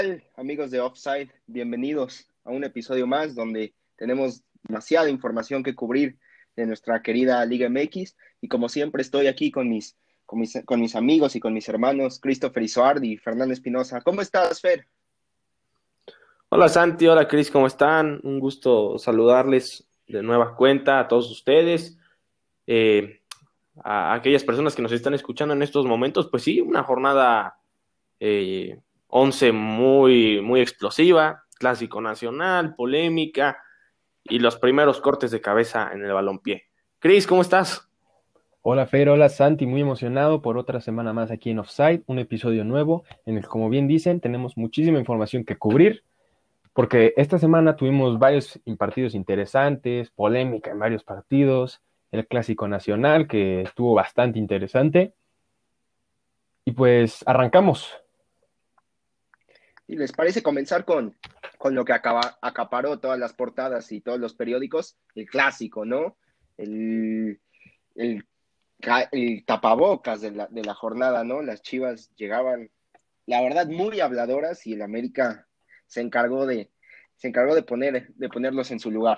Amigos de Offside? Bienvenidos a un episodio más donde tenemos demasiada información que cubrir de nuestra querida Liga MX y como siempre estoy aquí con mis amigos y con mis hermanos Christopher Isoardi y Fernando Espinosa. ¿Cómo estás, Fer? Hola Santi, hola Cris, ¿cómo están? Un gusto saludarles de nueva cuenta a todos ustedes, eh, a aquellas personas que nos están escuchando en estos momentos. Pues sí, una jornada 11 muy explosiva, clásico nacional, polémica y los primeros cortes de cabeza en el balompié. Cris, ¿cómo estás? Hola Fer, hola Santi, muy emocionado por otra semana más aquí en Offside, un episodio nuevo en el que, como bien dicen, tenemos muchísima información que cubrir, porque esta semana tuvimos varios partidos interesantes, polémica en varios partidos, el Clásico Nacional que estuvo bastante interesante, y pues arrancamos. ¿Y les parece comenzar con lo que acaparó todas las portadas y todos los periódicos? El clásico, ¿no? El, el, el tapabocas de la jornada, ¿no? Las Chivas llegaban la verdad, muy habladoras y el América se encargó de, se encargó de ponerlos en su lugar.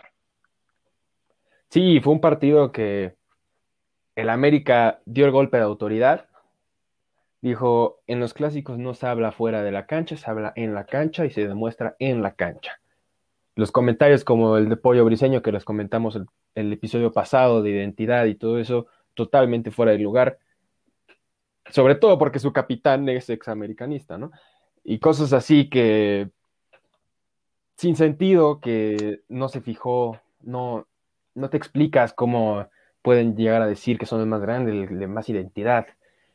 Sí, fue un partido que el América dio el golpe de autoridad, dijo, en los clásicos no se habla fuera de la cancha, se habla en la cancha y se demuestra en la cancha. Los comentarios como el de Pollo Briseño que les comentamos el episodio pasado de identidad y todo eso, totalmente fuera de lugar, sobre todo porque su capitán es examericanista, ¿no? Y cosas así que sin sentido, que no se fijó, no te explicas cómo pueden llegar a decir que son el más grande, el de más identidad.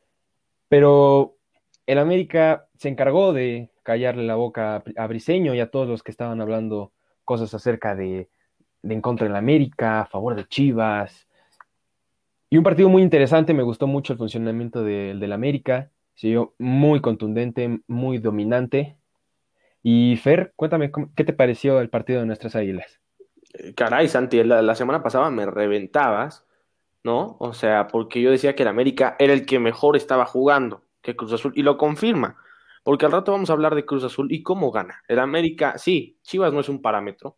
Pero el América se encargó de callarle la boca a Briseño y a todos los que estaban hablando cosas acerca de en contra del América, a favor de Chivas. Y un partido muy interesante, me gustó mucho el funcionamiento del América, se vio muy contundente, muy dominante. Y Fer, cuéntame, ¿qué te pareció el partido de nuestras Águilas? Caray, Santi, la semana pasada me reventabas, ¿no? O sea, porque yo decía que el América era el que mejor estaba jugando que Cruz Azul, y lo confirma, porque al rato vamos a hablar de Cruz Azul y cómo gana. El América, sí, Chivas no es un parámetro,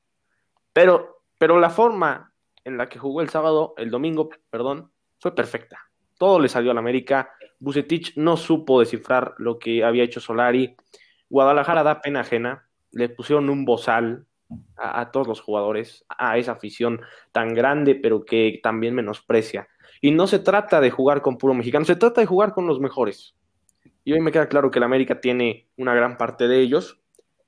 pero la forma en la que jugó el domingo, perdón, fue perfecta. Todo le salió al América. Vucetich no supo descifrar lo que había hecho Solari. Guadalajara da pena ajena. Le pusieron un bozal a todos los jugadores, a esa afición tan grande, pero que también menosprecia. Y no se trata de jugar con puro mexicano, se trata de jugar con los mejores. Y hoy me queda claro que el América tiene una gran parte de ellos.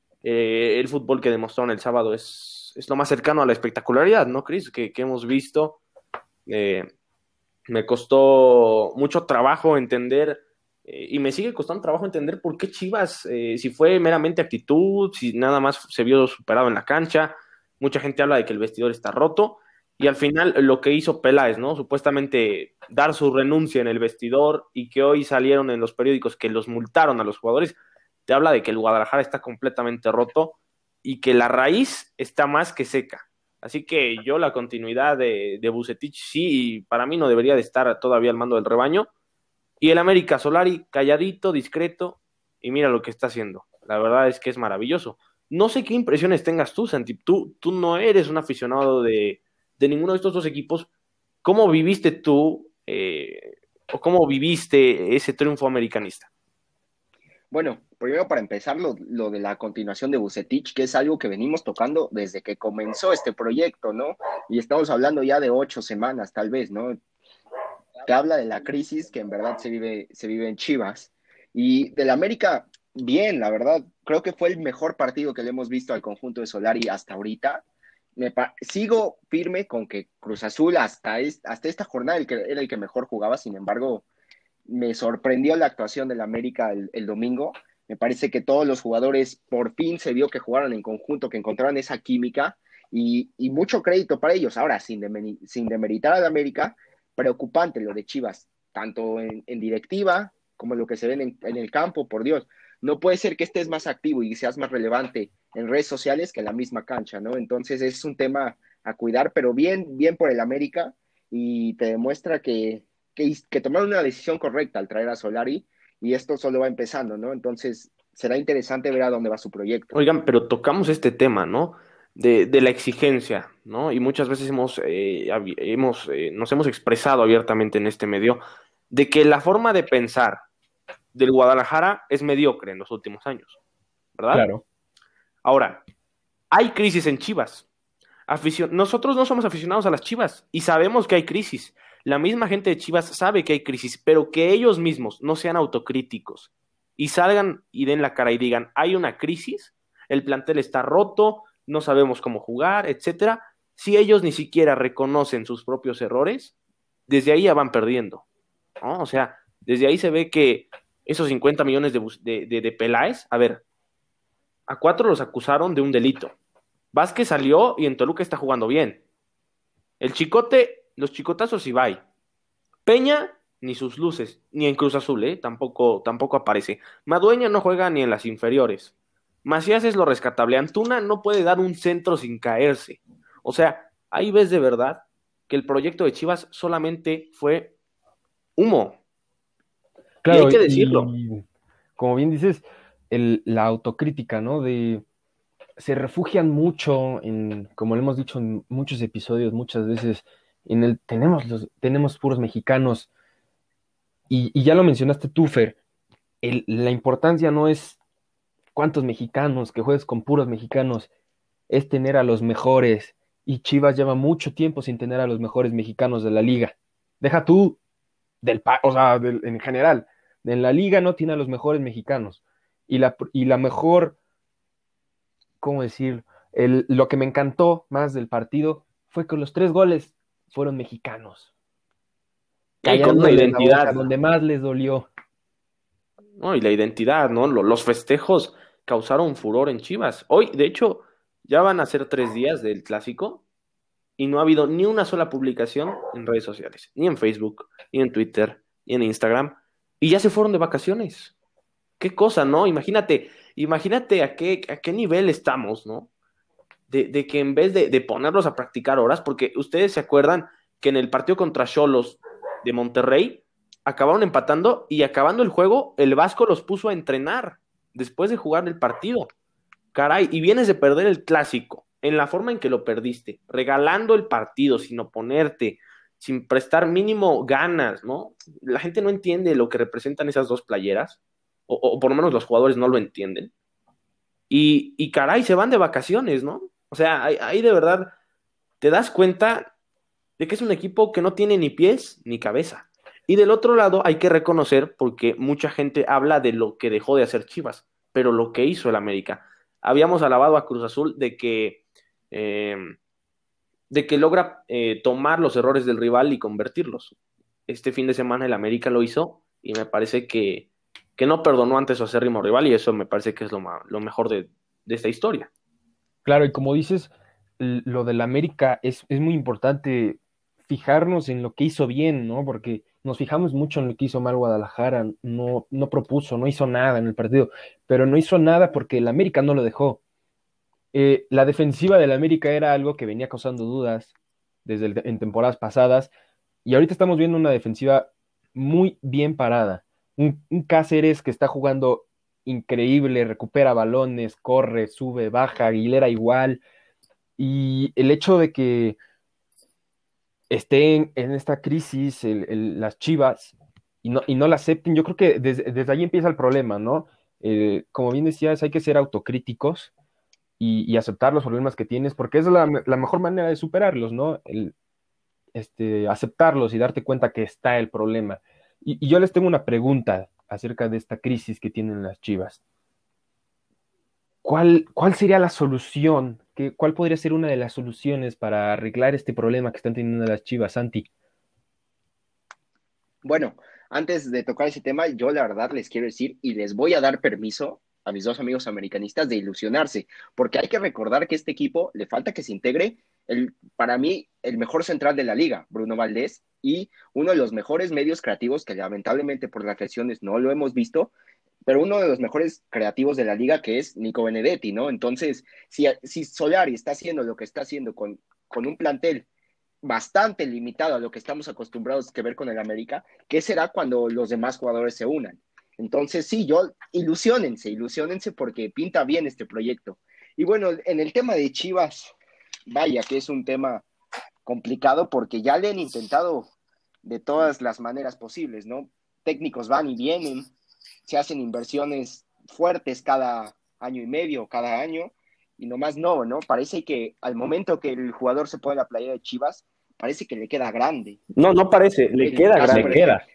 El fútbol que demostraron el sábado es lo más cercano a la espectacularidad, ¿no, Cris? Que hemos visto. Eh, Me costó mucho trabajo entender, y me sigue costando trabajo entender por qué Chivas, si fue meramente actitud, si nada más se vio superado en la cancha. Mucha gente habla de que el vestidor está roto, y al final lo que hizo Peláez, ¿no? Supuestamente dar su renuncia en el vestidor, y que hoy salieron en los periódicos que los multaron a los jugadores, te habla de que el Guadalajara está completamente roto y que la raíz está más que seca. Así que yo la continuidad de Vucetich sí, para mí no debería de estar todavía al mando del rebaño. Y el América Solari, calladito, discreto, y mira lo que está haciendo. La verdad es que es maravilloso. No sé qué impresiones tengas tú, Santi. Tú no eres un aficionado de ninguno de estos dos equipos. ¿Cómo viviste tú, o cómo viviste ese triunfo americanista? Bueno, primero para empezar, lo de la continuación de Bucetich, que es algo que venimos tocando desde que comenzó este proyecto, ¿no? Y estamos hablando ya de 8 semanas, tal vez, ¿no? Te habla de la crisis que en verdad se vive en Chivas. Y del América, bien, la verdad, creo que fue el mejor partido que le hemos visto al conjunto de Solari hasta ahorita. Sigo firme con que Cruz Azul hasta esta jornada era el que mejor jugaba, sin embargo, me sorprendió la actuación del América el domingo. Me parece que todos los jugadores por fin se vio que jugaron en conjunto, que encontraron esa química y mucho crédito para ellos. Ahora, sin demeritar al América, preocupante lo de Chivas, tanto en directiva como lo que se ve en el campo, por Dios. No puede ser que estés más activo y seas más relevante en redes sociales que en la misma cancha, ¿no? Entonces es un tema a cuidar, pero bien, bien por el América y te demuestra que tomaron una decisión correcta al traer a Solari y esto solo va empezando, ¿no? Entonces, será interesante ver a dónde va su proyecto. Oigan, pero tocamos este tema, ¿no? De la exigencia, ¿no? Y muchas veces nos hemos expresado abiertamente en este medio de que la forma de pensar del Guadalajara es mediocre en los últimos años, ¿verdad? Claro, Ahora, hay crisis en Chivas. Nosotros no somos aficionados a las Chivas y sabemos que hay crisis. La misma gente de Chivas sabe que hay crisis, pero que ellos mismos no sean autocríticos y salgan y den la cara y digan, hay una crisis, el plantel está roto, no sabemos cómo jugar, etcétera. Si ellos ni siquiera reconocen sus propios errores, desde ahí ya van perdiendo, ¿no? O sea, desde ahí se ve que esos 50 millones de Peláez, a ver, a 4 los acusaron de un delito. Vázquez salió y en Toluca está jugando bien. El Chicote, los chicotazos y bye. Peña, ni sus luces, ni en Cruz Azul, tampoco aparece. Madueña no juega ni en las inferiores. Macías es lo rescatable. Antuna no puede dar un centro sin caerse. O sea, ahí ves de verdad que el proyecto de Chivas solamente fue humo. Y hay claro, que decirlo. y como bien dices, la autocrítica, ¿no? Se refugian mucho en, como lo hemos dicho en muchos episodios, muchas veces, tenemos puros mexicanos, y ya lo mencionaste tú, Fer, la importancia no es cuántos mexicanos, que juegues con puros mexicanos, es tener a los mejores, y Chivas lleva mucho tiempo sin tener a los mejores mexicanos de la liga. Deja tú o sea, en general, en la liga no tiene a los mejores mexicanos, y la mejor, ¿cómo decir? Lo que me encantó más del partido fue que los 3 goles fueron mexicanos, Y con una callándole la boca, identidad, donde más les dolió. ¿no? Y la identidad, ¿no? Los festejos causaron furor en Chivas. Hoy, de hecho, ya van a ser 3 días del clásico y no ha habido ni una sola publicación en redes sociales, ni en Facebook, ni en Twitter, ni en Instagram, y ya se fueron de vacaciones. Qué cosa, ¿no? Imagínate a qué nivel estamos, ¿no? De que en vez de ponerlos a practicar horas, porque ustedes se acuerdan que en el partido contra Xolos de Monterrey acabaron empatando y acabando el juego, el Vasco los puso a entrenar después de jugar el partido. Caray, y vienes de perder el clásico en la forma en que lo perdiste, regalando el partido sin oponerte, sin prestar mínimo ganas, ¿no? La gente no entiende lo que representan esas dos playeras, o por lo menos los jugadores no lo entienden. Y caray, se van de vacaciones, ¿no? O sea, ahí de verdad te das cuenta de que es un equipo que no tiene ni pies ni cabeza. Y del otro lado hay que reconocer, porque mucha gente habla de lo que dejó de hacer Chivas, pero lo que hizo el América. Habíamos alabado a Cruz Azul eh, de que logra tomar los errores del rival y convertirlos. Este fin de semana el América lo hizo y me parece que no perdonó ante su acérrimo rival y eso me parece que es lo mejor de esta historia. Claro, y como dices, lo del América es muy importante fijarnos en lo que hizo bien, ¿no? Porque nos fijamos mucho en lo que hizo mal Guadalajara, no propuso, no hizo nada en el partido, pero no hizo nada porque el América no lo dejó. La defensiva del América era algo que venía causando dudas en temporadas pasadas, y ahorita estamos viendo una defensiva muy bien parada. Un Cáceres que está jugando increíble, recupera balones, corre, sube, baja, Aguilera igual. Y el hecho de que estén en esta crisis las Chivas y no la acepten, yo creo que desde ahí empieza el problema, ¿no? Como bien decías, hay que ser autocríticos y aceptar los problemas que tienes, porque es la mejor manera de superarlos, ¿no? Aceptarlos y darte cuenta que está el problema. Y yo les tengo una pregunta acerca de esta crisis que tienen las Chivas. ¿Cuál sería la solución? ¿Cuál podría ser una de las soluciones para arreglar este problema que están teniendo las Chivas, Santi? Bueno, antes de tocar ese tema, yo la verdad les quiero decir y les voy a dar permiso a mis dos amigos americanistas de ilusionarse, porque hay que recordar que este equipo le falta que se integre para mí, el mejor central de la liga, Bruno Valdés, y uno de los mejores medios creativos que lamentablemente por las lesiones no lo hemos visto, pero uno de los mejores creativos de la liga que es Nico Benedetti, ¿no? Entonces, si Solari está haciendo lo que está haciendo con un plantel bastante limitado a lo que estamos acostumbrados a ver con el América, ¿qué será cuando los demás jugadores se unan? Entonces, sí, ilusionense porque pinta bien este proyecto. Y bueno, en el tema de Chivas, vaya que es un tema complicado porque ya le han intentado de todas las maneras posibles, ¿no? Técnicos van y vienen, se hacen inversiones fuertes cada año y medio, cada año, y nomás no. Parece que al momento que el jugador se pone la playera de Chivas, parece que le queda grande. No, no parece, le El queda caso, Le por grande. queda. ejemplo,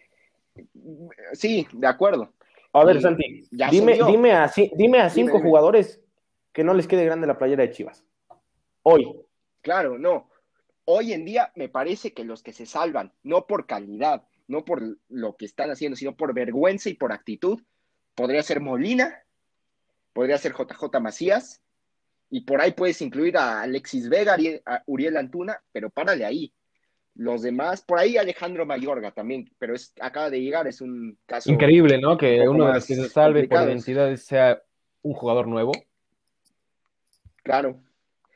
sí, de acuerdo. A ver, Y Santi, ya se dime, vio. dime a Dime, cinco dime. jugadores que no les quede grande la playera de Chivas. Hoy. Claro, no. Hoy en día me parece que los que se salvan, no por calidad, no por lo que están haciendo, sino por vergüenza y por actitud, podría ser Molina, podría ser JJ Macías, y por ahí puedes incluir a Alexis Vega, a Uriel Antuna, pero párale ahí. Los demás, por ahí Alejandro Mayorga también, pero acaba de llegar, es un caso Increíble, ¿no? un Que poco uno de los que más se salve por complicado, identidad sea un jugador nuevo. claro.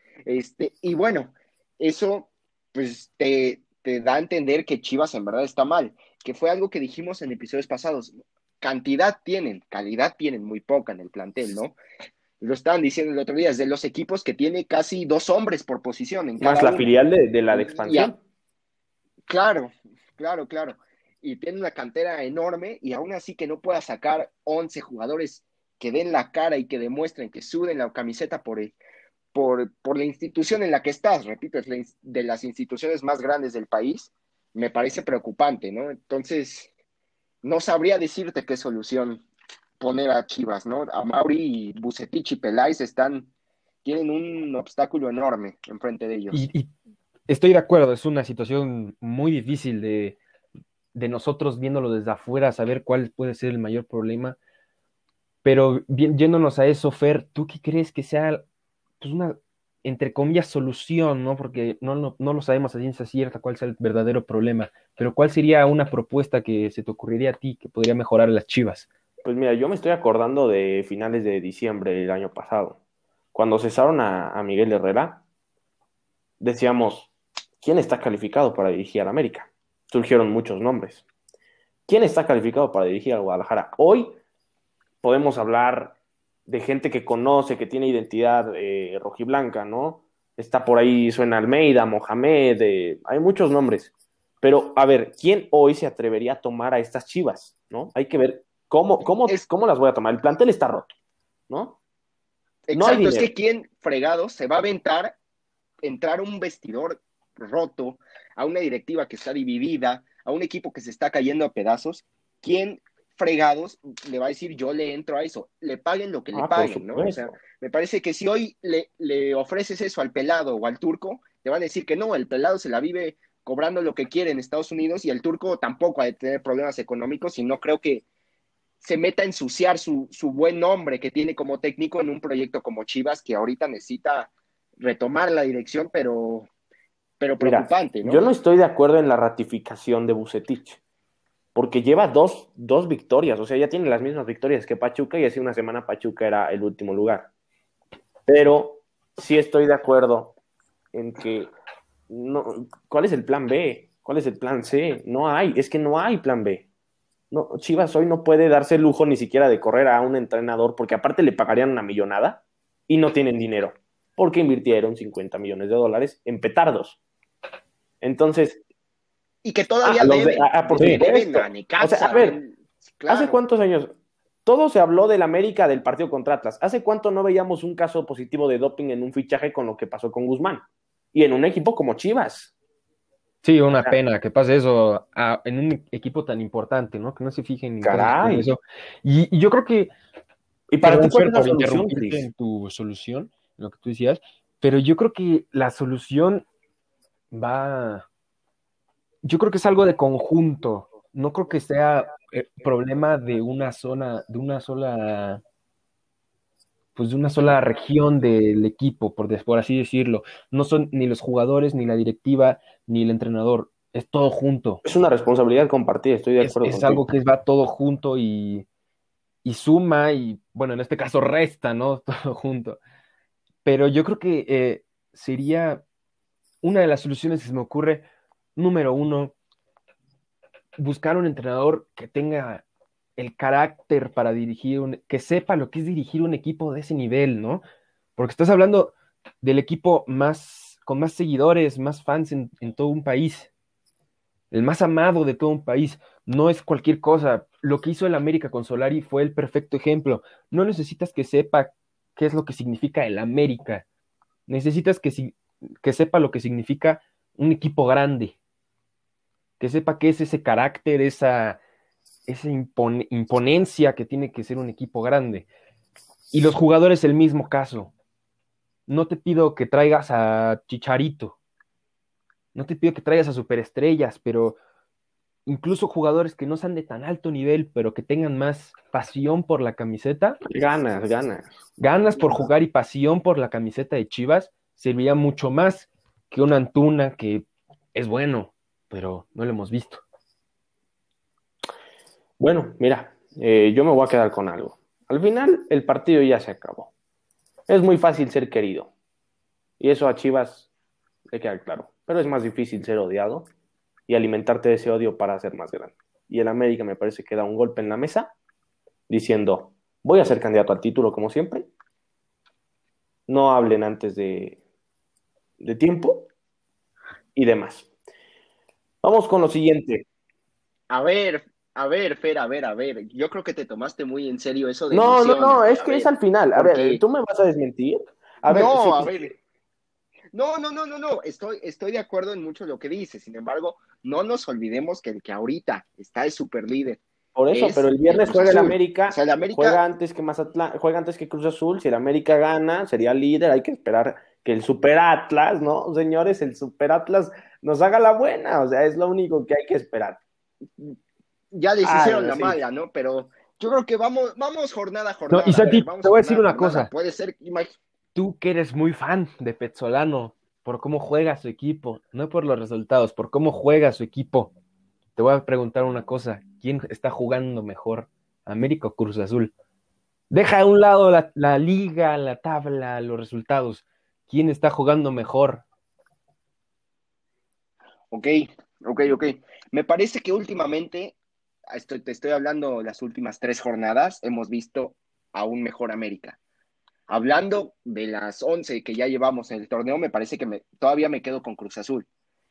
Y bueno, eso pues te da a entender que Chivas en verdad está mal, que fue algo que dijimos en episodios pasados. Cantidad tienen, calidad tienen muy poca en el plantel, ¿no? Lo estaban diciendo el otro día, es de los equipos que tiene casi 2 hombres por posición en Más cada la uno. filial de la de Y expansión. claro, claro. Y tiene una cantera enorme y aún así que no pueda sacar 11 jugadores que den la cara y que demuestren que suden la camiseta por la institución en la que estás, repito, es de las instituciones más grandes del país, me parece preocupante, ¿no? Entonces, no sabría decirte qué solución poner a Chivas, ¿no? A Mauri y Bucetich y Peláez tienen un obstáculo enorme enfrente de ellos. Y estoy de acuerdo, es una situación muy difícil de nosotros viéndolo desde afuera, saber cuál puede ser el mayor problema. Pero bien, yéndonos a eso, Fer, ¿tú qué crees que sea pues una, entre comillas, solución, ¿no? Porque no lo sabemos a ciencia cierta cuál sea el verdadero problema, pero ¿cuál sería una propuesta que se te ocurriría a ti que podría mejorar a las Chivas? Pues mira, yo me estoy acordando de finales de diciembre del año pasado. Cuando cesaron a Miguel Herrera, decíamos, ¿quién está calificado para dirigir al América? Surgieron muchos nombres. ¿Quién está calificado para dirigir al Guadalajara? Hoy podemos hablar de gente que conoce, que tiene identidad rojiblanca, ¿no? Está por ahí, suena Almeida, Mohamed, hay muchos nombres. Pero, a ver, ¿quién hoy se atrevería a tomar a estas Chivas, ¿no? Hay que ver Es cómo las voy a tomar. El plantel está roto, ¿no? No hay exacto, es dinero. que quién fregado se va a aventar entrar a un vestidor roto, a una directiva que está dividida, a un equipo que se está cayendo a pedazos, ¿quién fregados le va a decir yo le entro a eso? Le paguen lo que le Ah, por paguen, ¿no? O sea, supuesto. me parece que si hoy le ofreces eso al pelado o al turco, te van a decir que no, el pelado se la vive cobrando lo que quiere en Estados Unidos y el turco tampoco ha de tener problemas económicos y no creo que se meta a ensuciar su buen nombre que tiene como técnico en un proyecto como Chivas que ahorita necesita retomar la dirección, pero Mira, preocupante, yo ¿no? no estoy de acuerdo en la ratificación de Bucetich, porque lleva dos victorias, o sea, ya tiene las mismas victorias que Pachuca y hace una semana Pachuca era el último lugar. Pero sí estoy de acuerdo en que no, ¿cuál es el plan B? ¿Cuál es el plan C? No hay, es que no hay plan B. No, Chivas hoy no puede darse el lujo ni siquiera de correr a un entrenador porque aparte le pagarían una millonada y no tienen dinero porque invirtieron 50 millones de dólares en petardos. Entonces, Y que todavía deben, por Sí, deben a supuesto. O sea, a Necaxa, ver, ¿hace claro. cuántos años? Todo se habló del América del partido contra Atlas. ¿Hace cuánto no veíamos un caso positivo de doping en un fichaje con lo que pasó con Guzmán? Y en un equipo como Chivas. sí, O una sea, pena que pase eso en un equipo tan importante, ¿no? Que no se fijen en cosas como caray. eso. Y yo creo que, ¿Y para ti perdón, cuál Fer, es la por solución, interrumpirte Cris? en tu solución, en lo que tú decías, pero yo creo que la solución va, yo creo que es algo de conjunto. No creo que sea problema de una sola, pues de una sola región del equipo, por así decirlo. No son ni los jugadores, ni la directiva, ni el entrenador. Es todo junto. Es una responsabilidad compartida, estoy de acuerdo Es contigo. algo que va todo junto y suma y, bueno, en este caso resta, ¿no? Todo junto. Pero yo creo que sería una de las soluciones que se me ocurre, número uno, buscar un entrenador que tenga el carácter para que sepa lo que es dirigir un equipo de ese nivel, ¿no? Porque estás hablando del equipo con más seguidores, más fans en todo un país, el más amado de todo un país. No es cualquier cosa. Lo que hizo el América con Solari fue el perfecto ejemplo. No necesitas que sepa qué es lo que significa el América. Necesitas que sepa lo que significa un equipo grande, que sepa qué es ese carácter, esa imponencia que tiene que ser un equipo grande. Y los jugadores el mismo caso. No te pido que traigas a Chicharito, no te pido que traigas a superestrellas, pero incluso jugadores que no sean de tan alto nivel, pero que tengan más pasión por la camiseta, Ganas, ganas. ganas por jugar y pasión por la camiseta de Chivas, serviría mucho más que un Antuna que es bueno, pero no lo hemos visto. Bueno, mira, yo me voy a quedar con algo. Al final, el partido ya se acabó. Es muy fácil ser querido. Y eso a Chivas le queda claro. Pero es más difícil ser odiado y alimentarte de ese odio para ser más grande. Y el América me parece que da un golpe en la mesa diciendo, voy a ser candidato al título como siempre. No hablen antes de tiempo y demás. Vamos con lo siguiente. A ver, Fer, a ver. Yo creo que te tomaste muy en serio eso de No, no, no, ilusiónate, es a que es ver, al final. A ver, porque ¿tú me vas a desmentir? A ver, no, sí, a ver. No. Estoy de acuerdo en mucho lo que dices. Sin embargo, no nos olvidemos que el que ahorita está de super líder por eso, pero es el el viernes Cruz juega el Azul. O América, sea, el juega América, antes que Mazatlán, juega antes que Cruz Azul. Si el América gana, sería líder. Hay que esperar que el Super Atlas, ¿no? Señores, el Super Atlas nos haga la buena. O sea, es lo único que hay que esperar. ya les hicieron Ah, la sí. mala, ¿no? Pero yo creo que vamos jornada a No, y jornada. A ver, Santi, te vamos voy a decir jornada a una jornada. cosa. Puede ser, Tú que eres muy fan de Pezzolano, por cómo juega su equipo, no por los resultados, por cómo juega su equipo. Te voy a preguntar una cosa, ¿quién está jugando mejor, América o Cruz Azul? Deja a un lado la liga, la tabla, los resultados. ¿Quién está jugando mejor? ok, ok. Me parece que últimamente, te estoy hablando las últimas 3 jornadas, hemos visto a un mejor América. Hablando de las 11 que ya llevamos en el torneo, me parece que todavía me quedo con Cruz Azul.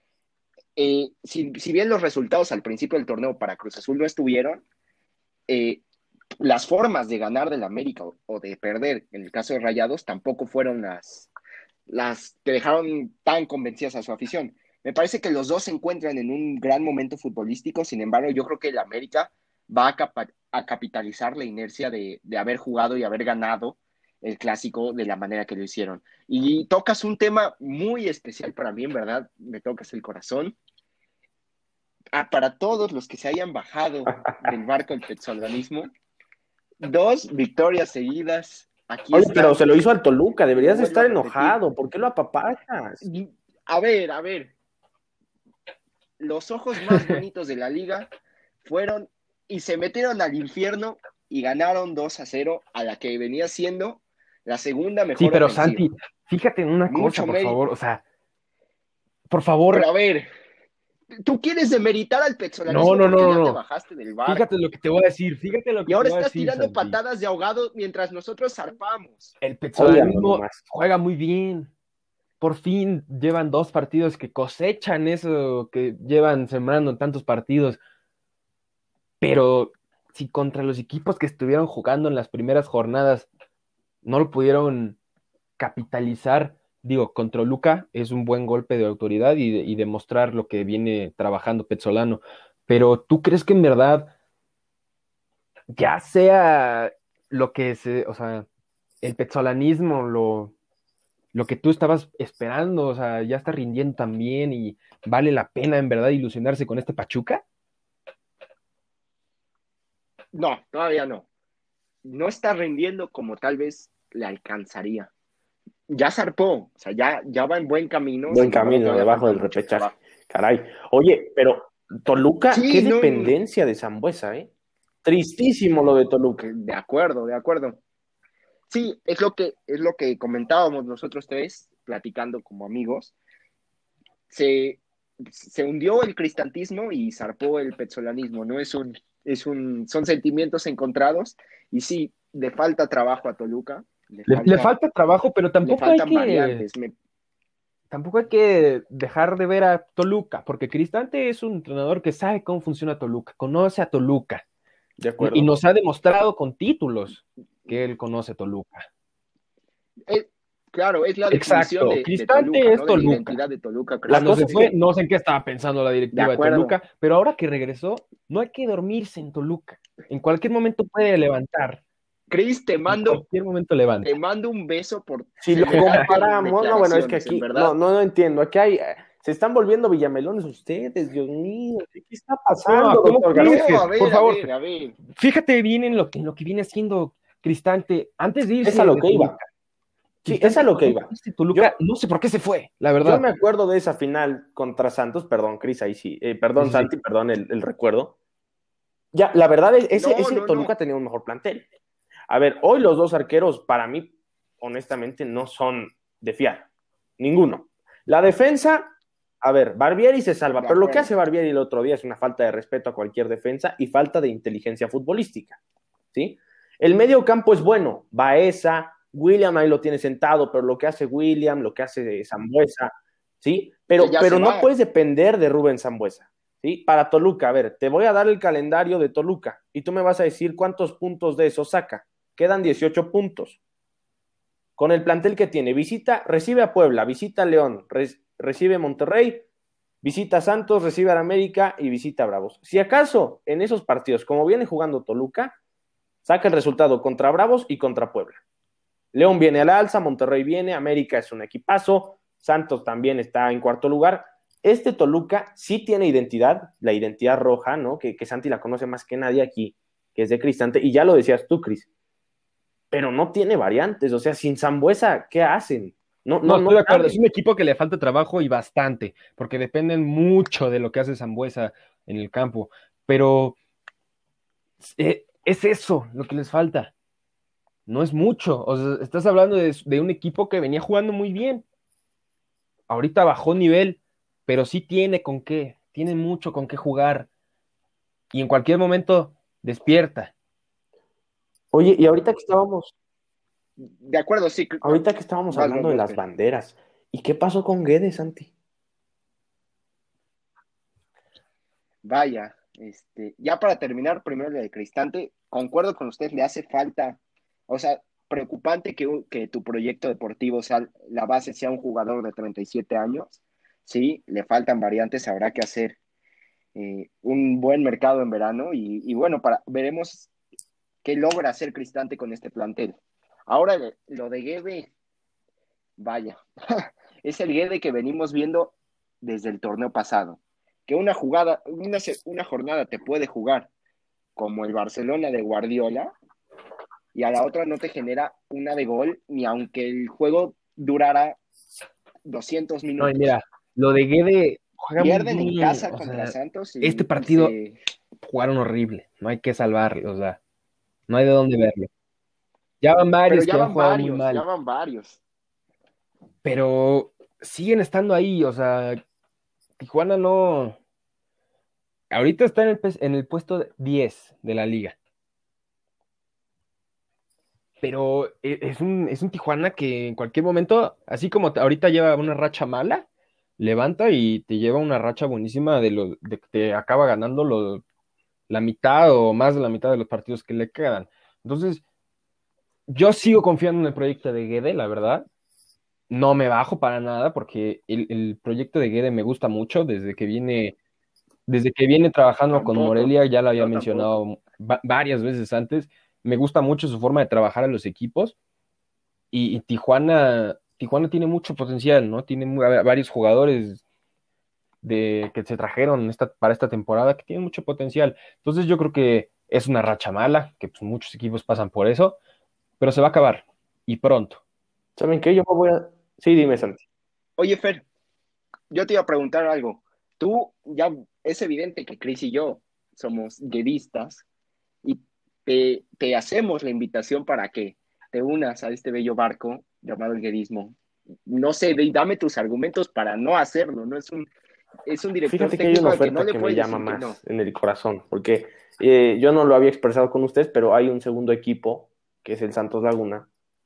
Si bien los resultados al principio del torneo para Cruz Azul no estuvieron, eh, las formas de ganar del América o de perder, en el caso de Rayados, tampoco fueron las que dejaron tan convencidas a su afición. Me parece que los dos se encuentran en un gran momento futbolístico, sin embargo, yo creo que el América va a capitalizar la inercia de haber jugado y haber ganado el clásico de la manera que lo hicieron. Y tocas un tema muy especial para mí, en verdad, me tocas el corazón. Para todos los que se hayan bajado del barco del petzolanismo, 2 victorias seguidas, aquí Oye, pero están, se lo hizo al Toluca, y lo deberías de vuelvo a estar repetir. enojado. ¿Por qué lo apapachas? A ver, los ojos más bonitos de la liga fueron y se metieron al infierno y ganaron 2-0 a la que venía siendo la segunda Sí, mejor pero ofensiva. Santi, fíjate en una cosa, Mucho por mérito. favor, o sea, por Pero favor, a ver, tú quieres demeritar al no, pezolanismo no, no, porque no, ya te no. bajaste del Fíjate barco lo que te voy a decir, fíjate lo y que te ahora voy a estás decir, tirando Santi. patadas de ahogado mientras nosotros zarpamos. El Óigalo petzolanismo nomás. juega muy bien. Por fin llevan 2 partidos que cosechan eso que llevan sembrando en tantos partidos. Pero si contra los equipos que estuvieron jugando en las primeras jornadas no lo pudieron capitalizar, digo, contra Luca es un buen golpe de autoridad y demostrar lo que viene trabajando Pezzolano. Pero ¿tú crees que en verdad ya sea o sea, el pezzolanismo, lo que tú estabas esperando, o sea, ya está rindiendo también y vale la pena en verdad ilusionarse con este Pachuca? No, todavía no. No está rindiendo como tal vez le alcanzaría. Ya zarpó, o sea, ya va en buen camino, Buen sin embargo, camino, todavía debajo falta del mucho repechaje. trabajo. Caray. Oye, pero Toluca, qué Sí, no, dependencia de Sambuesa, ¿eh? Tristísimo lo de Toluca. de acuerdo, de acuerdo. Sí, es lo que comentábamos nosotros tres, platicando como amigos. Se, se hundió el cristantismo y zarpó el petzolanismo. No es un son sentimientos encontrados y sí, le falta trabajo a Toluca, Le falta trabajo, pero le faltan variantes. tampoco hay que dejar de ver a Toluca, porque Cristante es un entrenador que sabe cómo funciona Toluca, conoce a Toluca, De y acuerdo. nos ha demostrado con títulos que él conoce Toluca. Claro, es la definición Exacto, de Cristante Toluca, es ¿no? De la Toluca. identidad de Toluca, creo. Cuando se es fue, que, no sé en qué estaba pensando la De directiva de acuerdo. Toluca, pero ahora que regresó, no hay que dormirse en Toluca. En cualquier momento puede levantar. Cris, En cualquier momento levanta. te mando un beso por si lo semejante comparamos, no, bueno, es que declaraciones, en aquí, verdad. no entiendo, aquí se están volviendo villamelones ustedes, Dios mío, ¿qué está No, pasando, ¿cómo doctor crees, García? No, Fer? Por favor, a ver. fíjate bien en lo que viene haciendo Cristante antes de irse Es a lo de que iba. Toluca. Sí, es a lo que iba. Toluca, no sé por qué se fue, la Yo verdad. me acuerdo de esa final contra Santos, perdón, Cris, ahí sí, perdón, Sí. Santi, perdón el recuerdo. Ya, la verdad es, ese No. Toluca tenía un mejor plantel. A ver, hoy los dos arqueros, para mí, honestamente, no son de fiar. Ninguno. La defensa, a ver, Barbieri se salva, De pero lo que acuerdo. hace Barbieri el otro día es una falta de respeto a cualquier defensa y falta de inteligencia futbolística, ¿sí? El medio campo es bueno, Baeza, William ahí lo tiene sentado, pero lo que hace William, lo que hace Sambuesa, ¿sí? Que ya Pero se no va. puedes depender de Rubén Sambuesa, ¿sí? Para Toluca, a ver, te voy a dar el calendario de Toluca y tú me vas a decir cuántos puntos de eso saca. Quedan 18 puntos. Con el plantel que tiene, recibe a Puebla, visita a León, recibe a Monterrey, visita a Santos, recibe a América y visita a Bravos. Si acaso en esos partidos, como viene jugando Toluca, saca el resultado contra Bravos y contra Puebla. León viene a la alza, Monterrey viene, América es un equipazo, Santos también está en cuarto lugar. Este Toluca sí tiene identidad, la identidad roja, ¿no? Que Santi la conoce más que nadie aquí, que es de Cristante, y ya lo decías tú, Cris, pero no tiene variantes, o sea, sin Sambuesa, ¿qué hacen? No, estoy de acuerdo, es un equipo que le falta trabajo y bastante, porque dependen mucho de lo que hace Sambuesa en el campo, pero es eso lo que les falta, no es mucho, o sea, estás hablando de un equipo que venía jugando muy bien, ahorita bajó nivel, pero sí tiene mucho con qué jugar, y en cualquier momento despierta. Oye, y ahorita que estábamos, De acuerdo, sí. hablando de las banderas, ¿y qué pasó con Guedes, Santi? Vaya, ya para terminar, primero lo de Cristante, concuerdo con usted, le hace falta, o sea, preocupante que tu proyecto deportivo sea, la base sea un jugador de 37 años, sí, le faltan variantes, habrá que hacer un buen mercado en verano y bueno, veremos qué logra hacer Cristante con este plantel. Ahora lo de Guede, vaya, es el Guede que venimos viendo desde el torneo pasado. Que una jornada te puede jugar como el Barcelona de Guardiola y a la otra no te genera una de gol ni aunque el juego durara 200 No, y minutos. mira, lo de Guede Pierden en casa contra Santos este partido jugaron horrible, no hay que salvarlo, o sea, no hay de dónde verlo. Ya van varios que han jugado muy mal. Ya van varios. Pero siguen estando ahí, o sea, Tijuana no. Ahorita está en el puesto 10 de la liga. Pero es un Tijuana que en cualquier momento, así como ahorita lleva una racha mala, levanta y te lleva una racha buenísima de que te acaba ganando la mitad o más de la mitad de los partidos que le quedan. Entonces, yo sigo confiando en el proyecto de Guede, la verdad. No me bajo para nada porque el proyecto de Guede me gusta mucho desde que viene trabajando con Morelia, ya lo había mencionado varias veces antes. Me gusta mucho su forma de trabajar a los equipos y Tijuana tiene mucho potencial, ¿no? Tiene varios jugadores que se trajeron para esta temporada que tienen mucho potencial. Entonces yo creo que es una racha mala, que pues, muchos equipos pasan por eso, pero se va a acabar y pronto. ¿Saben qué? Yo me voy a... Sí, dime, Santi. Oye, Fer, yo te iba a preguntar algo. Tú, ya es evidente que Chris y yo somos guedistas y te hacemos la invitación para que te unas a este bello barco llamado el guedismo. No sé, dame tus argumentos para no hacerlo. No es es un director Fíjate que hay técnico una al que no oferta le que me puedes llama decir que no. más en el corazón, porque yo no lo había expresado con ustedes, pero hay un segundo equipo, que es el Santos Laguna,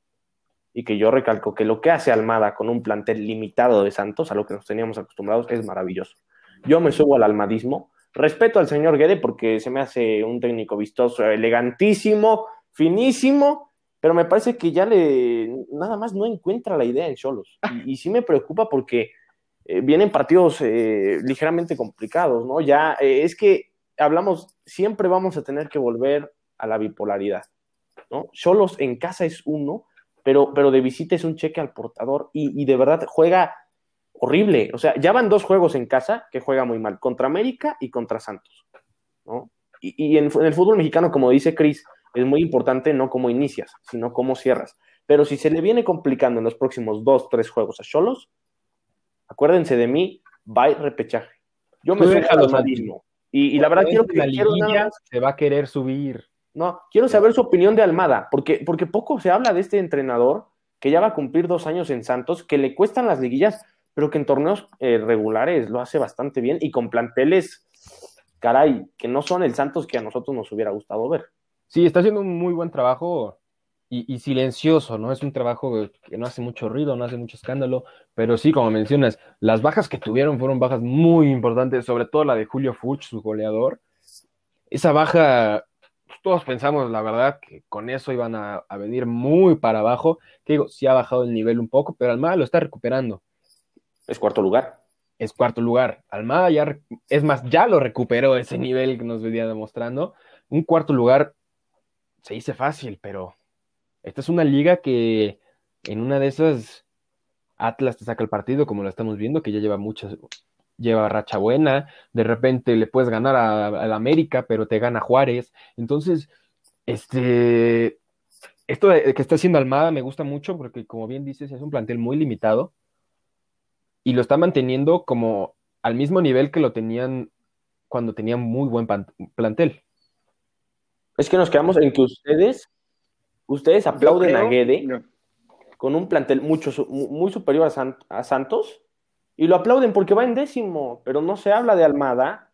y que yo recalco que lo que hace Almada con un plantel limitado de Santos, a lo que nos teníamos acostumbrados, es maravilloso. Yo me subo al almadismo, respeto al señor Guede porque se me hace un técnico vistoso, elegantísimo, finísimo, pero me parece que nada más no encuentra la idea en Xolos. Y sí me preocupa porque vienen partidos ligeramente complicados, ¿no? Ya es que siempre vamos a tener que volver a la bipolaridad, ¿no? Xolos en casa es uno, pero de visita es un cheque al portador y de verdad juega horrible. O sea, ya van 2 juegos en casa que juega muy mal, contra América y contra Santos, ¿no? Y en el fútbol mexicano, como dice Cris, es muy importante no cómo inicias, sino cómo cierras. Pero si se le viene complicando en los próximos 2, 3 juegos a Xolos, acuérdense de mí, bye repechaje. Yo me Tú subo al déjalo, almadismo. Y la verdad la quiero nada liguilla más. se va a querer subir. No, quiero saber su opinión de Almada, porque poco se habla de este entrenador que ya va a cumplir 2 años en Santos, que le cuestan las liguillas, pero que en torneos regulares lo hace bastante bien y con planteles, caray, que no son el Santos que a nosotros nos hubiera gustado ver. Sí, está haciendo un muy buen trabajo y silencioso, ¿no? Es un trabajo que no hace mucho ruido, no hace mucho escándalo, pero sí, como mencionas, las bajas que tuvieron fueron bajas muy importantes, sobre todo la de Julio Furch, su goleador. Esa baja, pues, todos pensamos, la verdad, que con eso iban a venir muy para abajo, que digo, sí ha bajado el nivel un poco, pero Almada lo está recuperando. Es 4º lugar. Es 4º lugar. Almada es más, ya lo recuperó ese nivel que nos venía demostrando. Un 4º lugar se dice fácil, pero esta es una liga que en una de esas Atlas te saca el partido, como lo estamos viendo, que ya lleva racha buena, de repente le puedes ganar al América, pero te gana Juárez. Entonces, esto que está haciendo Almada me gusta mucho porque, como bien dices, es un plantel muy limitado y lo está manteniendo como al mismo nivel que lo tenían cuando tenían muy buen plantel. Es que nos quedamos en que ustedes aplauden a Guede no. con un plantel muy superior a Santos y lo aplauden porque va en 10º, pero no se habla de Almada.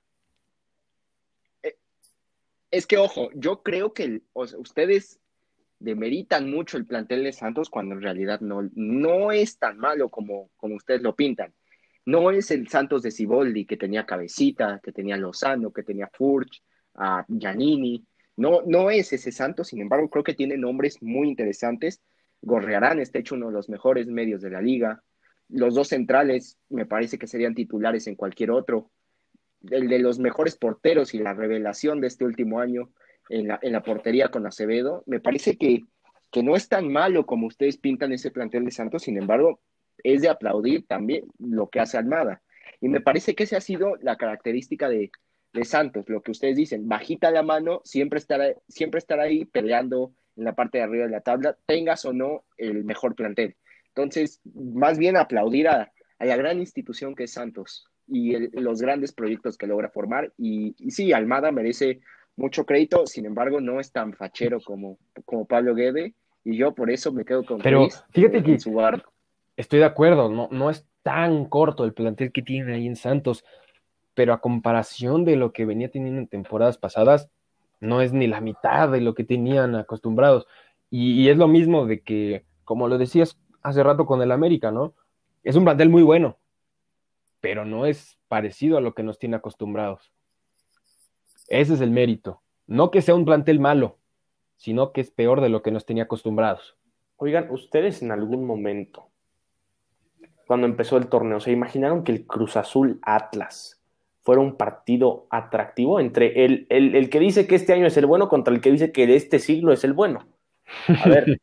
Es que, ojo, yo creo que ustedes demeritan mucho el plantel de Santos cuando en realidad no es tan malo como ustedes lo pintan. No es el Santos de Siboldi que tenía Cabecita, que tenía Lozano, que tenía Furch, a Giannini. No es ese Santos, sin embargo, creo que tiene nombres muy interesantes. Gorrearán está hecho uno de los mejores medios de la liga. Los 2 centrales me parece que serían titulares en cualquier otro. El de los mejores porteros y la revelación de este último año en la portería con Acevedo, me parece que no es tan malo como ustedes pintan ese plantel de Santos, sin embargo, es de aplaudir también lo que hace Almada. Y me parece que esa ha sido la característica de Santos, lo que ustedes dicen, bajita la mano, siempre estar ahí peleando en la parte de arriba de la tabla, tengas o no el mejor plantel. Entonces, más bien aplaudir a la gran institución que es Santos y los grandes proyectos que logra formar. Y sí, Almada merece mucho crédito, sin embargo, no es tan fachero como Pablo Guede, y yo por eso me quedo con Pero Chris fíjate que en su barco. estoy de acuerdo, no es tan corto el plantel que tiene ahí en Santos, pero a comparación de lo que venía teniendo en temporadas pasadas, no es ni la mitad de lo que tenían acostumbrados. Y es lo mismo de que, como lo decías hace rato con el América, ¿no? Es un plantel muy bueno, pero no es parecido a lo que nos tiene acostumbrados. Ese es el mérito. No que sea un plantel malo, sino que es peor de lo que nos tenía acostumbrados. Oigan, ustedes en algún momento, cuando empezó el torneo, ¿se imaginaron que el Cruz Azul Atlas fuera un partido atractivo entre el que dice que este año es el bueno contra el que dice que este siglo es el bueno? A ver,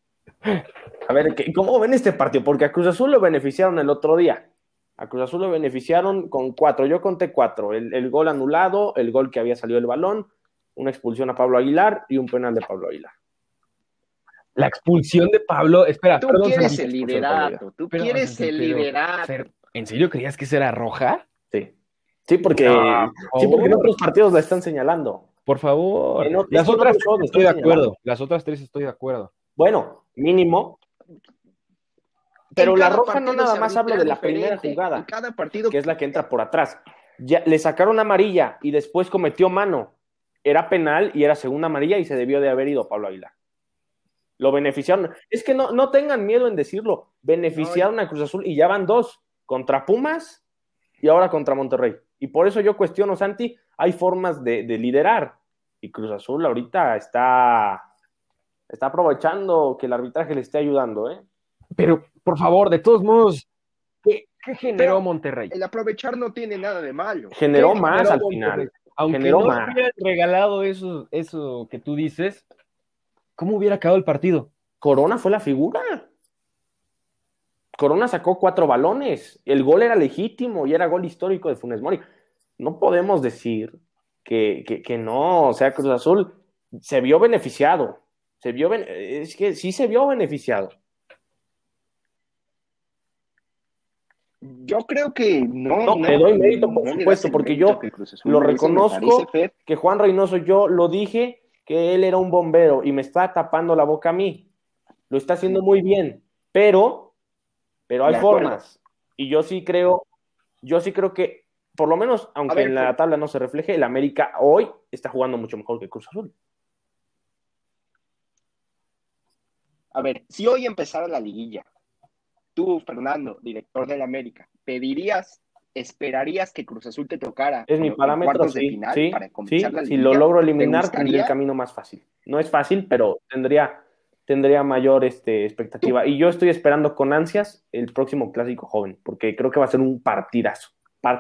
¿cómo ven este partido? Porque a Cruz Azul lo beneficiaron el otro día. A Cruz Azul lo beneficiaron con 4. Yo conté 4. El gol anulado, el gol que había salido el balón, una expulsión a Pablo Aguilar y un penal de Pablo Aguilar. La expulsión de Pablo, espera, Tú perdón, quieres Santi, el liderato, tú perdón, quieres Santi, el pero, liderato. ¿en serio creías que esa era roja? Sí. Sí, porque en otros partidos la están señalando. Por favor. En Las otras tres otros estoy de acuerdo. señalando. Las otras 3 estoy de acuerdo. Bueno, mínimo. Pero En la cada roja no partido nada se más habla de arbitra la primera diferente. jugada, En cada partido que es la que entra por atrás. Ya, le sacaron amarilla y después cometió mano. Era penal y era segunda amarilla y se debió de haber ido Pablo Aguilar. Lo beneficiaron. Es que no tengan miedo en decirlo. Beneficiaron a Cruz Azul y ya van 2 contra Pumas y ahora contra Monterrey. Y por eso yo cuestiono, Santi, hay formas de liderar. Y Cruz Azul ahorita está aprovechando que el arbitraje le esté ayudando, ¿eh? Pero, por favor, de todos modos, ¿qué generó Pero Monterrey? el aprovechar no tiene nada de malo. Generó ¿Qué más generó al Monterrey? final. Aunque Generó no más. hubieran regalado eso que tú dices, ¿cómo hubiera acabado el partido? Corona fue la figura. Corona sacó 4 balones. El gol era legítimo y era gol histórico de Funes Mori. No podemos decir que no. O sea, Cruz Azul se vio beneficiado. Es que sí se vio beneficiado. Yo creo que No, le doy mérito, por no le das supuesto, el porque mérito yo que Cruz Azul lo merece, me reconozco parece, Fer. que Juan Reynoso, yo lo dije, que él era un bombero y me está tapando la boca a mí. Lo está haciendo muy bien, pero hay De acuerdo. formas. Y yo sí creo que, por lo menos, aunque ver, en la tabla no se refleje, el América hoy está jugando mucho mejor que Cruz Azul. A ver, si hoy empezara la liguilla, tú, Fernando, director del América, esperarías que Cruz Azul te tocara Es mi en parámetro, cuartos de sí, final sí, para comenzar la sí. Si lo liguilla? logro ¿Te eliminar, tendría el gustaría? camino más fácil. No es fácil, pero tendría mayor expectativa. Y yo estoy esperando con ansias el próximo Clásico Joven, porque creo que va a ser un partidazo.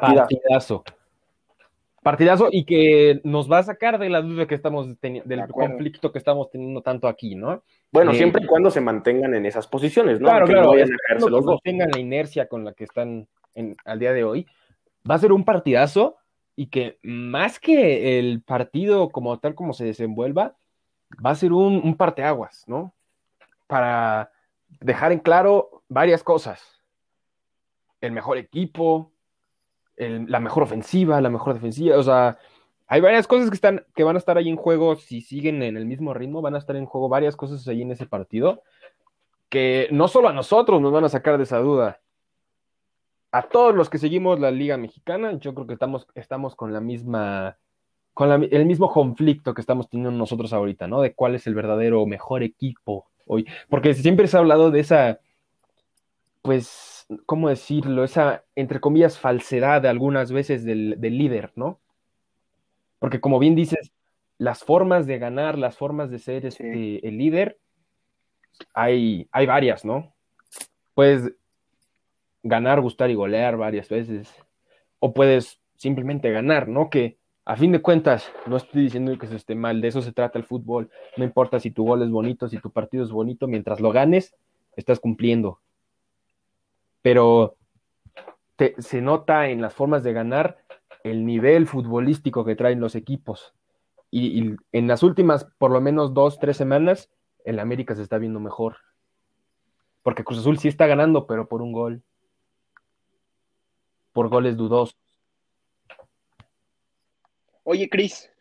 Partidazo y que nos va a sacar de la duda que estamos teniendo, del acuerdo. conflicto que estamos teniendo tanto aquí, ¿no? Bueno, siempre y cuando se mantengan en esas posiciones, ¿no? Claro, Que claro, no vayan a caerse los dos. tengan la inercia con la que están al día de hoy. Va a ser un partidazo y que más que el partido como tal como se desenvuelva, va a ser un parteaguas, ¿no? Para dejar en claro varias cosas. El mejor equipo, la mejor ofensiva, la mejor defensiva, o sea, hay varias cosas que van a estar ahí en juego si siguen en el mismo ritmo, van a estar en juego varias cosas ahí en ese partido que no solo a nosotros nos van a sacar de esa duda. A todos los que seguimos la Liga Mexicana, yo creo que estamos con la misma, el mismo conflicto que estamos teniendo nosotros ahorita, ¿no? De cuál es el verdadero mejor equipo hoy. Porque siempre se ha hablado de esa, pues, ¿cómo decirlo? Esa, entre comillas, falsedad de algunas veces del líder, ¿no? Porque como bien dices, las formas de ganar, las formas de ser el líder, hay varias, ¿no? Puedes ganar, gustar y golear varias veces, o puedes simplemente ganar, ¿no? Que a fin de cuentas, no estoy diciendo que eso esté mal, de eso se trata el fútbol, no importa si tu gol es bonito, si tu partido es bonito, mientras lo ganes, estás cumpliendo. Pero se nota en las formas de ganar el nivel futbolístico que traen los equipos. Y en las últimas, por lo menos 2-3 semanas, el América se está viendo mejor. Porque Cruz Azul sí está ganando, pero por un gol. Por goles dudosos. Oye, Cris,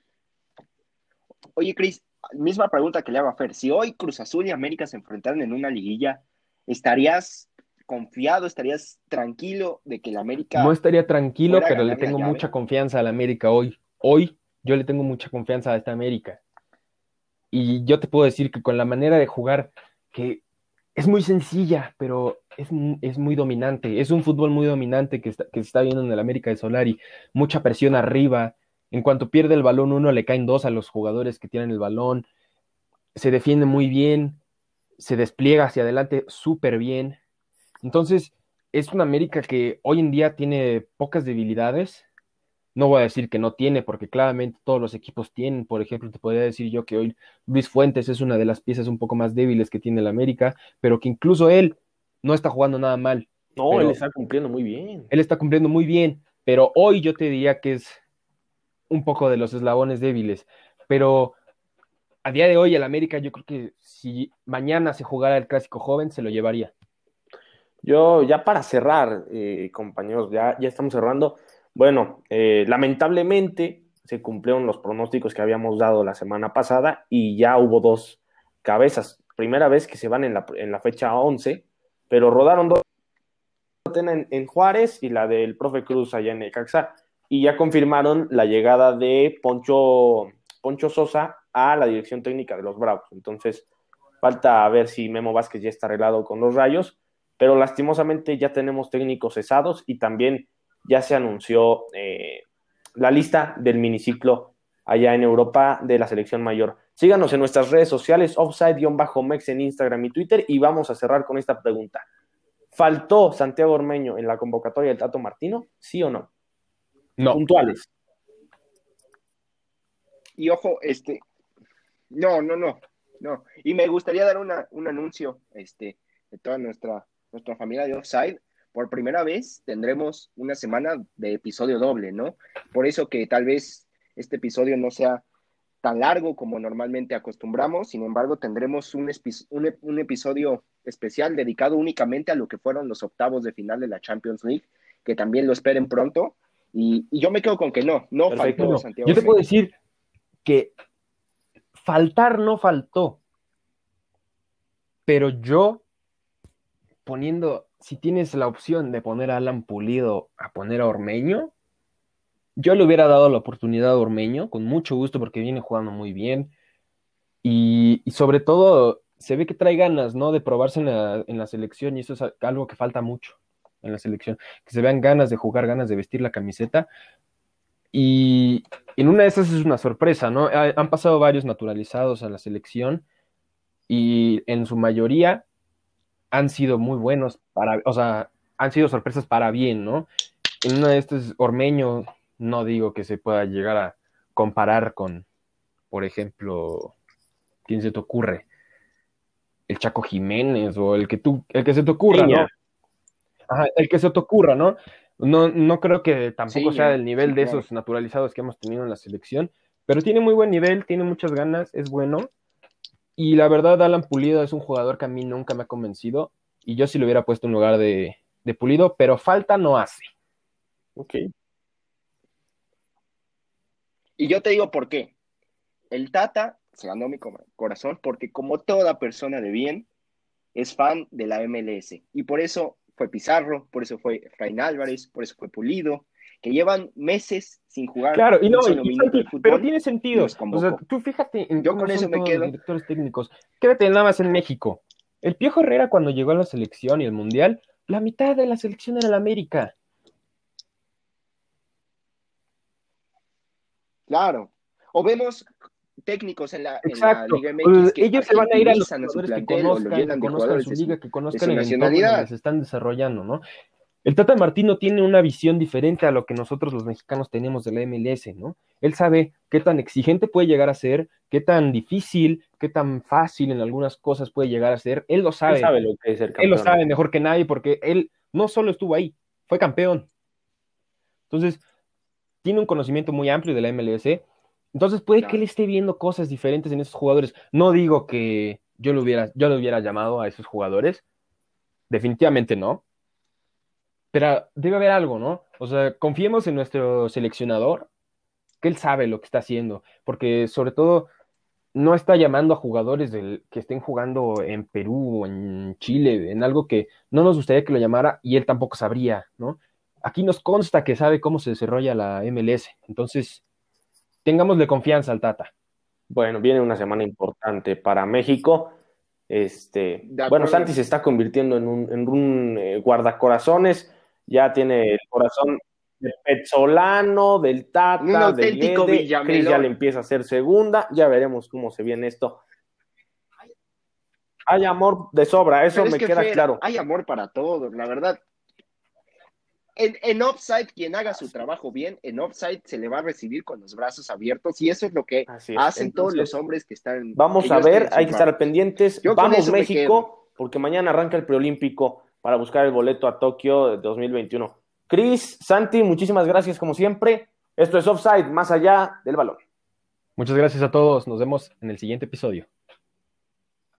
misma pregunta que le hago a Fer. Si hoy Cruz Azul y América se enfrentaran en una liguilla, ¿estarías confiado, estarías tranquilo de que el América No estaría tranquilo, fuera a pero le ganar la tengo llave? mucha confianza al América hoy. Hoy yo le tengo mucha confianza a esta América. Y yo te puedo decir que con la manera de jugar, que es muy sencilla, pero es muy dominante. Es un fútbol muy dominante que se está viendo en el América de Solari. Mucha presión arriba. En cuanto pierde el balón, uno le caen dos a los jugadores que tienen el balón. Se defiende muy bien. Se despliega hacia adelante súper bien. Entonces, es una América que hoy en día tiene pocas debilidades. No voy a decir que no tiene, porque claramente todos los equipos tienen. Por ejemplo, te podría decir yo que hoy Luis Fuentes es una de las piezas un poco más débiles que tiene el América, pero que incluso él no está jugando nada mal. No, él está cumpliendo muy bien. Él está cumpliendo muy bien, pero hoy yo te diría que es un poco de los eslabones débiles. Pero a día de hoy el América, yo creo que si mañana se jugara el Clásico Joven, se lo llevaría. Yo, ya para cerrar, compañeros, ya estamos cerrando. Bueno, lamentablemente se cumplieron los pronósticos que habíamos dado la semana pasada y ya hubo 2 cabezas. Primera vez que se van en la fecha 11, pero rodaron 2 en Juárez y la del profe Cruz allá en Necaxa. y ya confirmaron la llegada de Poncho Sosa a la dirección técnica de los Bravos. Entonces, falta ver si Memo Vázquez ya está arreglado con los Rayos, pero lastimosamente ya tenemos técnicos cesados y también ya se anunció la lista del miniciclo allá en Europa de la selección mayor. Síganos en nuestras redes sociales, offside-mex en Instagram y Twitter, y vamos a cerrar con esta pregunta. ¿Faltó Santiago Ormeño en la convocatoria del Tato Martino? ¿Sí o no? No. Puntuales. Y ojo, no. Y me gustaría dar un anuncio, de toda nuestra familia de Offside. Por primera vez tendremos una semana de episodio doble, ¿no? Por eso que tal vez este episodio no sea tan largo como normalmente acostumbramos, sin embargo tendremos un episodio especial dedicado únicamente a lo que fueron los octavos de final de la Champions League, que también lo esperen pronto, y yo me quedo con que no Perfecto. faltó Santiago. Yo te puedo decir que faltar no faltó, pero yo si tienes la opción de poner a Alan Pulido a poner a Ormeño, yo le hubiera dado la oportunidad a Ormeño con mucho gusto porque viene jugando muy bien y sobre todo se ve que trae ganas, ¿no? De probarse en la selección, y eso es algo que falta mucho en la selección, que se vean ganas de jugar, ganas de vestir la camiseta, y en una de esas es una sorpresa, ¿no? Han pasado varios naturalizados a la selección y en su mayoría han sido muy buenos o sea, han sido sorpresas para bien, ¿no? En una de estas, Ormeño, no digo que se pueda llegar a comparar con, por ejemplo, ¿quién se te ocurre? El Chaco Jiménez o el que se te ocurra, Piña. ¿no? Ajá, el que se te ocurra, ¿no? No creo que tampoco sea del nivel de claro. esos naturalizados que hemos tenido en la selección, pero tiene muy buen nivel, tiene muchas ganas, es bueno. Y la verdad, Alan Pulido es un jugador que a mí nunca me ha convencido, y yo sí lo hubiera puesto en lugar de Pulido, pero falta no hace. Ok. Y yo te digo por qué. El Tata se ganó mi corazón porque como toda persona de bien es fan de la MLS, y por eso fue Pizarro, por eso fue Efraín Álvarez, por eso fue Pulido, que llevan meses sin jugar Claro, y no, un solo minuto Santi, de pero fútbol tiene y sentido. los O sea, convocó. tú fíjate en Yo cómo con eso son me todos los quedo. directores técnicos. Quédate nada más en México. El Piojo Herrera, cuando llegó a la selección y el Mundial, la mitad de la selección era el América. Claro. O vemos técnicos en la Exacto. Liga MX que Ellos se van a ir a los argentinizan a su jugadores plantel o lo que llenan de conozcan jugadores su liga, que de conozcan su el entorno en donde nacionalidad. se están desarrollando, ¿no? El Tata Martino tiene una visión diferente a lo que nosotros los mexicanos tenemos de la MLS, ¿no? Él sabe qué tan exigente puede llegar a ser, qué tan difícil, qué tan fácil en algunas cosas puede llegar a ser. Él lo Él sabe. sabe lo que es ser Él lo campeón. sabe mejor que nadie porque él no solo estuvo ahí, fue campeón. Entonces, tiene un conocimiento muy amplio de la MLS. Entonces, puede que él Claro. esté viendo cosas diferentes en esos jugadores. No digo que yo lo hubiera llamado a esos jugadores, definitivamente no, pero debe haber algo, ¿no? O sea, confiemos en nuestro seleccionador, que él sabe lo que está haciendo, porque sobre todo no está llamando a jugadores que estén jugando en Perú o en Chile, en algo que no nos gustaría que lo llamara y él tampoco sabría, ¿no? Aquí nos consta que sabe cómo se desarrolla la MLS, entonces tengámosle confianza al Tata. Bueno, viene una semana importante para México. De Bueno, acuerdo. Santi se está convirtiendo en un guardacorazones. Ya tiene el corazón de Pezzolano, del Un Tata, del auténtico Guede. Cris ya le Villamelón. empieza a hacer segunda. Ya veremos cómo se viene esto. Hay amor de sobra, eso Pero es me que, queda Fer, claro. hay amor para todos, la verdad. En Offside, quien haga su trabajo bien, en Offside se le va a recibir con los brazos abiertos, y eso es lo que Así es. hacen todos los Entonces, hombres que están, vamos que a yo estoy ver, en hay sus que estar bancos. pendientes. Yo con Vamos eso me quedo. México, porque mañana arranca el preolímpico para buscar el boleto a Tokio de 2021. Cris, Santi, muchísimas gracias como siempre. Esto es Offside, más allá del balón. Muchas gracias a todos, nos vemos en el siguiente episodio.